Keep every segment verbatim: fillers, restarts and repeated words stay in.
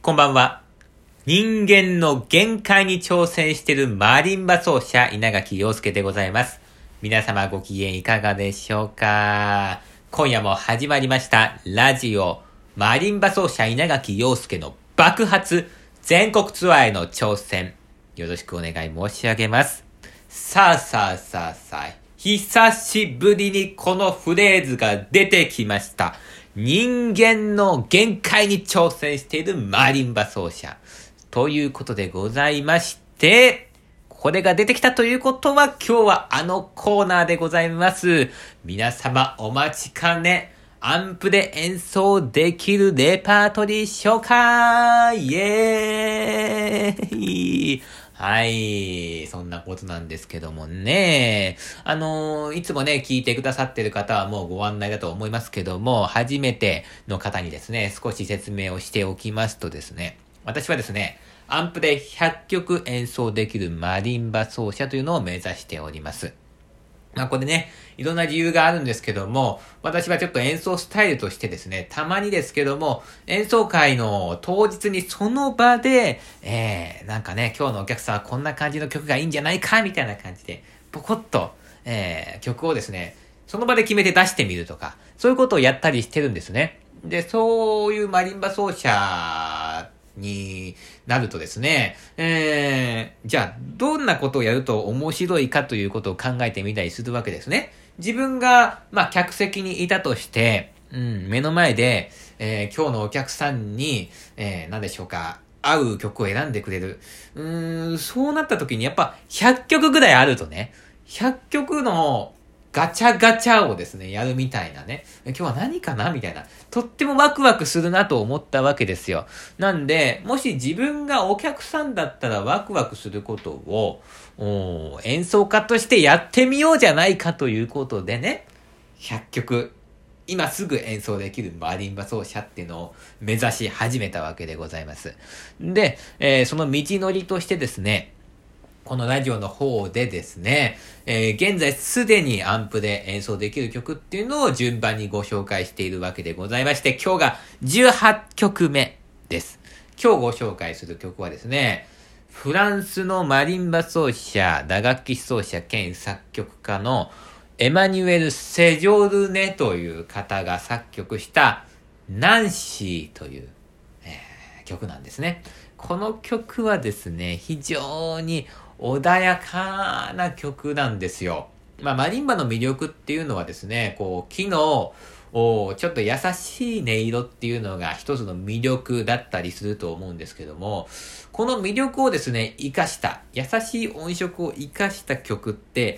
こんばんは。人間の限界に挑戦しているマリンバ奏者、稲垣陽介でございます。皆様ご機嫌いかがでしょうか。今夜も始まりました、ラジオ、マリンバ奏者稲垣陽介の爆発、全国ツアーへの挑戦。よろしくお願い申し上げます。さあさあさあさあ、久しぶりにこのフレーズが出てきました。人間の限界に挑戦しているマリンバ奏者。ということでございまして、これが出てきたということは今日はあのコーナーでございます。皆様お待ちかね、アンプで演奏できるレパートリー紹介イエーイはい、そんなことなんですけどもね。あのー、いつもね、聞いてくださってる方はもうご案内だと思いますけども、初めての方にですね、少し説明をしておきますとですね、私はですね、アンプでひゃっきょく演奏できるマリンバ奏者というのを目指しております。まあこれね、いろんな理由があるんですけども、私はちょっと演奏スタイルとしてですね、たまにですけども、演奏会の当日にその場で、えー、なんかね、今日のお客さんはこんな感じの曲がいいんじゃないかみたいな感じで、ポコッと、えー、曲をですね、その場で決めて出してみるとか、そういうことをやったりしてるんですね。で、そういうマリンバ奏者になるとですね、えー、じゃあ、どんなことをやると面白いかということを考えてみたりするわけですね。自分が、まあ、客席にいたとして、うん、目の前で、えー、今日のお客さんに、えー、何でしょうか、合う曲を選んでくれる。うーん、そうなった時にやっぱひゃっきょくぐらいあるとね、ひゃっきょくのガチャガチャをですね、やるみたいなね。今日は何かなみたいな。とってもワクワクするなと思ったわけですよ。なんで、もし自分がお客さんだったらワクワクすることを、演奏家としてやってみようじゃないかということでね、ひゃっきょく、今すぐ演奏できるマリンバ奏者っていうのを目指し始めたわけでございます。で、えー、その道のりとしてですね、このラジオの方でですね、えー、現在すでにアンプで演奏できる曲っていうのを順番にご紹介しているわけでございまして、今日がじゅうはちきょくめです。今日ご紹介する曲はですね、フランスのマリンバ奏者、打楽器奏者兼作曲家のエマニュエル・セジョルネという方が作曲したナンシーという、えー、曲なんですね。この曲はですね、非常に穏やかな曲なんですよ。まあ、マリンバの魅力っていうのはですね、こう、木の、ちょっと優しい音色っていうのが一つの魅力だったりすると思うんですけども、この魅力をですね、活かした、優しい音色を活かした曲って、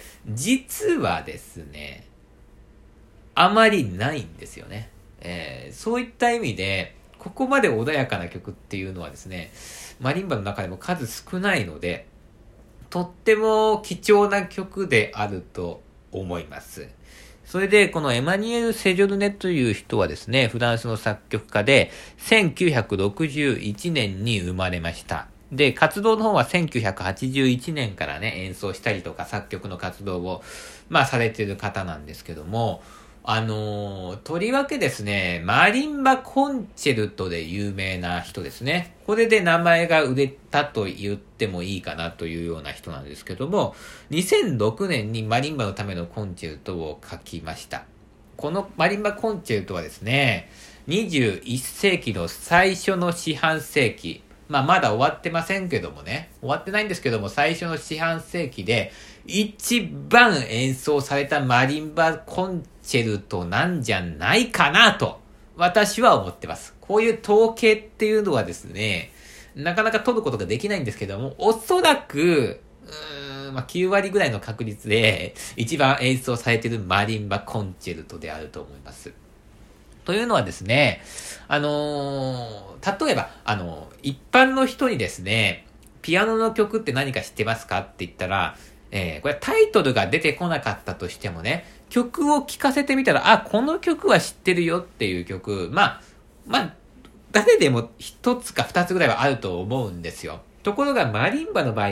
実はですね、あまりないんですよね。えー、そういった意味で、ここまで穏やかな曲っていうのはですね、マリンバの中でも数少ないので、とっても貴重な曲であると思います。それで、このエマニュエル・セジョルネという人はですね、フランスの作曲家で、せんきゅうひゃくろくじゅういちねんに生まれました。で、活動の方はせんきゅうひゃくはちじゅういちねんからね、演奏したりとか作曲の活動を、まあ、されている方なんですけども、あのー、とりわけですね、マリンバコンチェルトで有名な人ですね。これで名前が売れたと言ってもいいかなというような人なんですけども、にせんろくねんにマリンバのためのコンチェルトを書きました。このマリンバコンチェルトはですね、にじゅういっせいきの最初の四半世紀、まあまだ終わってませんけどもね、終わってないんですけども、最初の四半世紀で一番演奏されたマリンバコンチェルトなんじゃないかなと私は思ってます。こういう統計っていうのはですね、なかなか取ることができないんですけども、おそらく、うーんまあ、きゅうわりぐらいの確率で一番演奏されているマリンバコンチェルトであると思います。というのはですね、あのー、例えば、あのー、一般の人にですね、ピアノの曲って何か知ってますかって言ったら、えー、これタイトルが出てこなかったとしてもね、曲を聴かせてみたら、あ、この曲は知ってるよっていう曲、まあ、まあ、誰でも一つか二つぐらいはあると思うんですよ。ところがマリンバの場合って、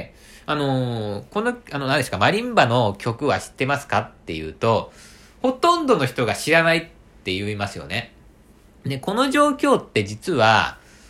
あのー、この、あの、何ですか、マリンバの曲は知ってますかっていうと、ほとんどの人が知らないって言いますよね。で、この状況って実は、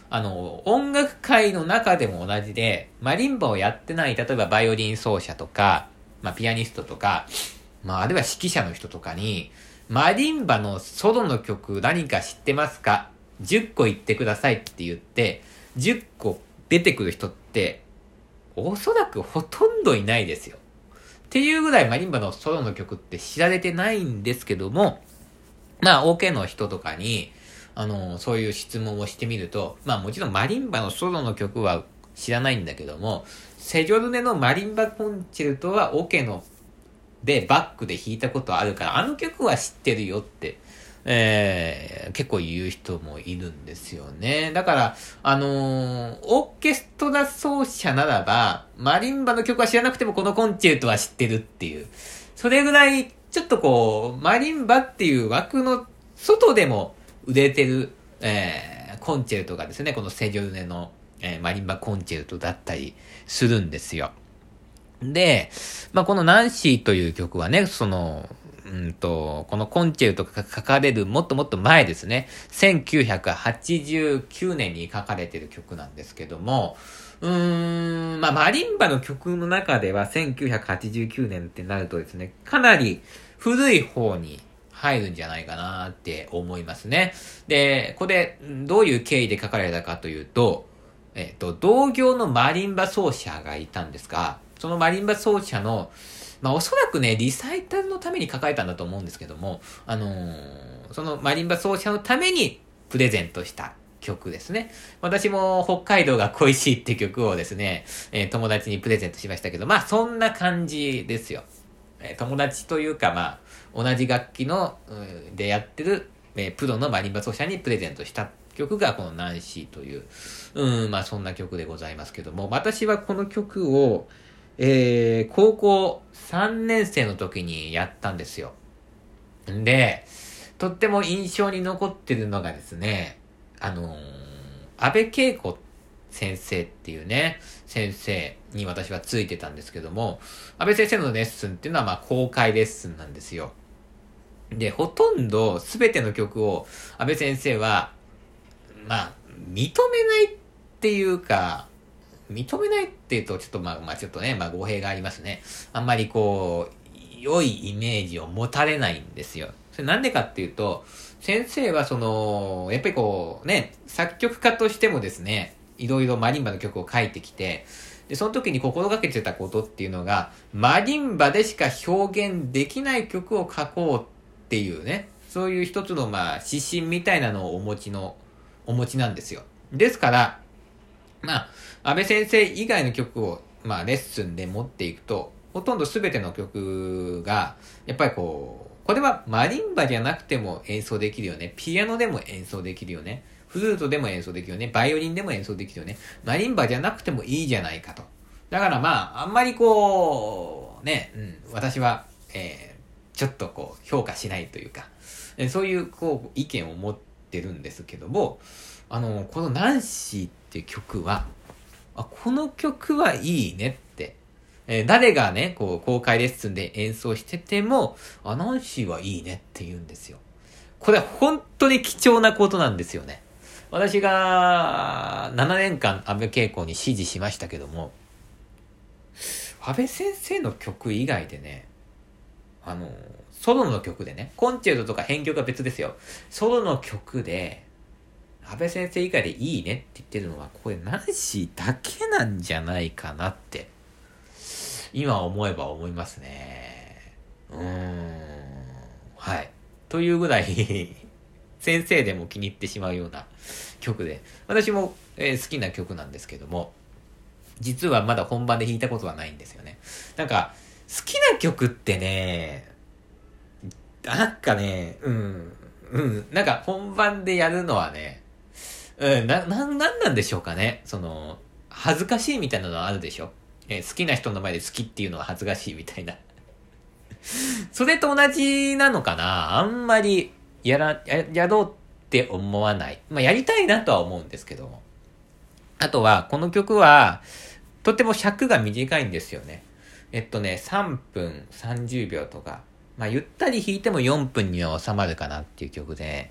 あの、音楽界の中でも同じで、マリンバをやってない、例えばバイオリン奏者とか、まあ、ピアニストとか、まあ、あるいは指揮者の人とかに、マリンバのソロの曲何か知ってますか ?じゅっ 個言ってくださいって言って、じゅっこ出てくる人って、おそらくほとんどいないですよ。っていうぐらいマリンバのソロの曲って知られてないんですけども、まあ、オーケー の人とかに、あの、そういう質問をしてみると、まあもちろんマリンバのソロの曲は知らないんだけども、セジョルネのマリンバコンチェルトはオケのでバックで弾いたことあるから、あの曲は知ってるよって、えー、結構言う人もいるんですよね。だから、あのー、オーケストラ奏者ならば、マリンバの曲は知らなくてもこのコンチェルトは知ってるっていう。それぐらい、ちょっとこう、マリンバっていう枠の外でも、売れてる、えー、コンチェルトがですね、このセジョルネの、えー、マリンバコンチェルトだったりするんですよ。で、まあ、このナンシーという曲はね、その、うんと、このコンチェルトが書かれるもっともっと前ですね、せんきゅうひゃくはちじゅうきゅうねんに書かれてる曲なんですけども、うーん、まあ、マリンバの曲の中ではせんきゅうひゃくはちじゅうきゅうねんってなるとですね、かなり古い方に入るんじゃないかなって思いますね。で、これ、どういう経緯で書かれたかというと、えっと、同業のマリンバ奏者がいたんですが、そのマリンバ奏者の、まあおそらくね、リサイタルのために書かれたんだと思うんですけども、あのー、そのマリンバ奏者のためにプレゼントした曲ですね。私も北海道が恋しいって曲をですね、えー、友達にプレゼントしましたけど、まあそんな感じですよ。えー、友達というかまあ、同じ楽器の、うん、でやってる、えー、プロのマリンバ奏者にプレゼントした曲がこのナンシーという、うん、まあそんな曲でございますけども、私はこの曲を、えー、高校さんねん生の時にやったんですよ。んで、とっても印象に残ってるのがですね、あのー、安倍恵子先生っていうね、先生に私はついてたんですけども、安倍先生のレッスンっていうのはまあ公開レッスンなんですよ。で、ほとんど全ての曲を安倍先生は、まあ、認めないっていうか、認めないって言うとちょっとまあ、まあちょっとね、まあ語弊がありますね。あんまりこう、良いイメージを持たれないんですよ。それなんでかっていうと、先生はその、やっぱりこうね、作曲家としてもですね、いろいろマリンバの曲を書いてきて、で、その時に心がけてたことっていうのが、マリンバでしか表現できない曲を書こうっていうね、そういう一つのまあ指針みたいなのをお持ちの、お持ちなんですよ。ですから、まあ、安倍先生以外の曲を、まあ、レッスンで持っていくと、ほとんど全ての曲が、やっぱりこう、これはマリンバじゃなくても演奏できるよね。ピアノでも演奏できるよね。フルートでも演奏できるよね。バイオリンでも演奏できるよね。マリンバじゃなくてもいいじゃないかと。だからまあ、あんまりこう、ね、うん、私は、えー、ちょっとこう、評価しないというか、そういうこう、意見を持ってるんですけども、あの、このナンシーっていう曲は、あ、この曲はいいねって、えー、誰がね、こう、公開レッスンで演奏してても、あ、ナンシーはいいねって言うんですよ。これは本当に貴重なことなんですよね。私がななねんかん安倍恵子に師事しましたけども、安倍先生の曲以外でね、あの、ソロの曲でね、コンチェルトとか編曲は別ですよ。ソロの曲で、安倍先生以外でいいねって言ってるのは、これナンシーだけなんじゃないかなって、今思えば思いますね。うーん。はい。というぐらい、先生でも気に入ってしまうような曲で、私も、えー、好きな曲なんですけども、実はまだ本番で弾いたことはないんですよね。なんか、好きな曲ってね、なんかね、うん、うん、なんか本番でやるのはね、うん、な、な、なんなんでしょうかね。その、恥ずかしいみたいなのはあるでしょ。えー、好きな人の前で好きっていうのは恥ずかしいみたいな。それと同じなのかな。あんまり、やら、や、やろうって思わない。まあ、やりたいなとは思うんですけども。あとは、この曲は、とても尺が短いんですよね。えっとね、さんぷんさんじゅうびょうとか、まあ、ゆったり弾いてもよんぷんには収まるかなっていう曲で、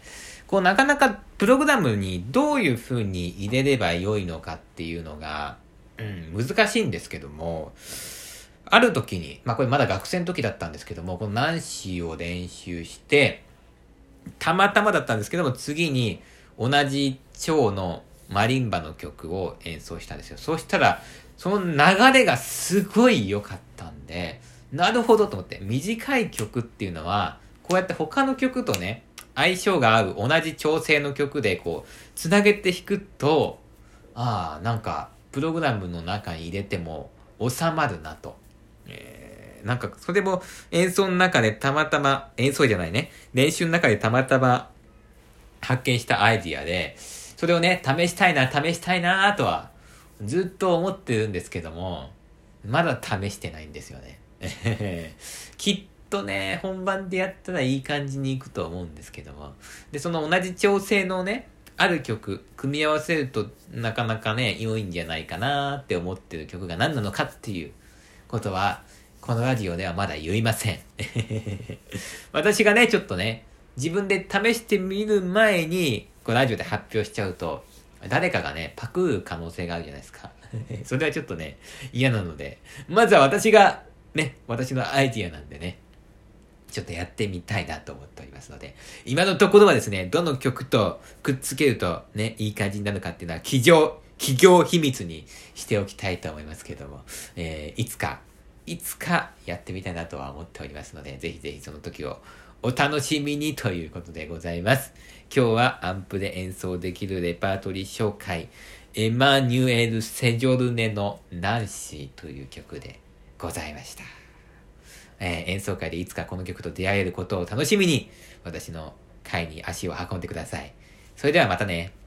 こうなかなかプログラムにどういう風に入れればよいのかっていうのが、うん、難しいんですけども、ある時に、まあこれまだ学生の時だったんですけども、このナンシーを練習して、たまたまだったんですけども、次に同じ調のマリンバの曲を演奏したんですよ。そうしたら、その流れがすごい良かったんで、なるほどと思って、短い曲っていうのは、こうやって他の曲とね、相性が合う同じ調性の曲でこう、つなげて弾くと、ああ、なんか、プログラムの中に入れても収まるなと。えー、なんか、それも演奏の中でたまたま、演奏じゃないね、練習の中でたまたま発見したアイディアで、それをね、試したいな、試したいなとは、ずっと思ってるんですけども、まだ試してないんですよね。きっとね、本番でやったらいい感じにいくと思うんですけども。で、その同じ調性のね、ある曲、組み合わせるとなかなかね、良いんじゃないかなって思ってる曲が何なのかっていうことは、このラジオではまだ言いません。私がね、ちょっとね、自分で試してみる前に、こうラジオで発表しちゃうと、誰かがね、パクる可能性があるじゃないですか。それはちょっとね、嫌なので、まずは私が、ね、私のアイディアなんでね、ちょっとやってみたいなと思っておりますので、今のところはですね、どの曲とくっつけるとね、いい感じになるかっていうのは、企業、企業秘密にしておきたいと思いますけども、えー、いつか、いつかやってみたいなとは思っておりますので、ぜひぜひその時をお楽しみにということでございます。今日はアンプで演奏できるレパートリー紹介、エマニュエル・セジョルネのナンシーという曲でございました。えー、演奏会でいつかこの曲と出会えることを楽しみに、私の会に足を運んでください。それではまたね。